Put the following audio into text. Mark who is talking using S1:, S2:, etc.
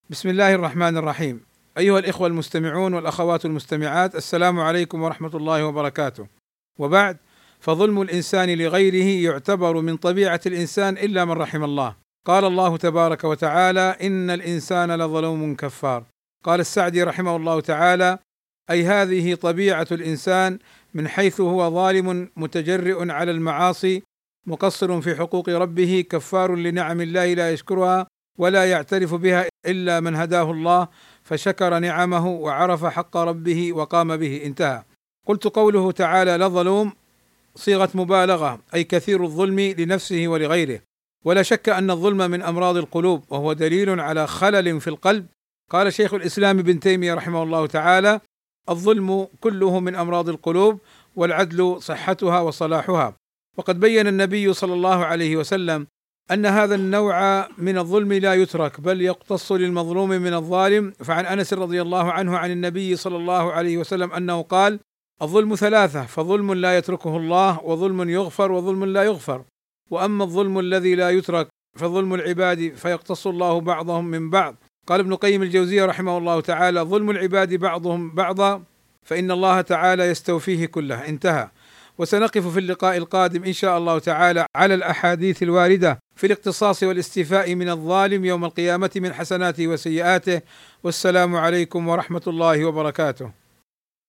S1: بسم الله الرحمن الرحيم. أيها الإخوة المستمعون والأخوات المستمعات، السلام عليكم ورحمة الله وبركاته. وبعد، فظلم الإنسان لغيره يعتبر من طبيعة الإنسان إلا من رحم الله. قال الله تبارك وتعالى: إن الإنسان لظلوم كفار. قال السعدي رحمه الله تعالى: أي هذه طبيعة الإنسان من حيث هو ظالم متجرئ على المعاصي، مقصر في حقوق ربه، كفار لنعم الله لا يشكرها ولا يعترف بها إلا من هداه الله فشكر نعمه وعرف حق ربه وقام به. انتهى. قلت: قوله تعالى لظلوم صيغة مبالغة، أي كثير الظلم لنفسه ولغيره، ولا شك أن الظلم من أمراض القلوب، وهو دليل على خلل في القلب. قال شيخ الإسلام ابن تيمية رحمه الله تعالى: الظلم كله من أمراض القلوب، والعدل صحتها وصلاحها. وقد بين النبي صلى الله عليه وسلم أن هذا النوع من الظلم لا يترك، بل يقتص للمظلوم من الظالم. فعن أنس رضي الله عنه عن النبي صلى الله عليه وسلم أنه قال: الظلم ثلاثة، فظلم لا يتركه الله، وظلم يغفر، وظلم لا يغفر. وأما الظلم الذي لا يترك فظلم العباد، فيقتص الله بعضهم من بعض. قال ابن قيم الجوزية رحمه الله تعالى: ظلم العباد بعضهم بعضا فإن الله تعالى يستوفيه كله. انتهى. وسنقف في اللقاء القادم إن شاء الله تعالى على الأحاديث الواردة في الاقتصاص والاستيفاء من الظالم يوم القيامة من حسناته وسيئاته. والسلام عليكم ورحمة الله وبركاته.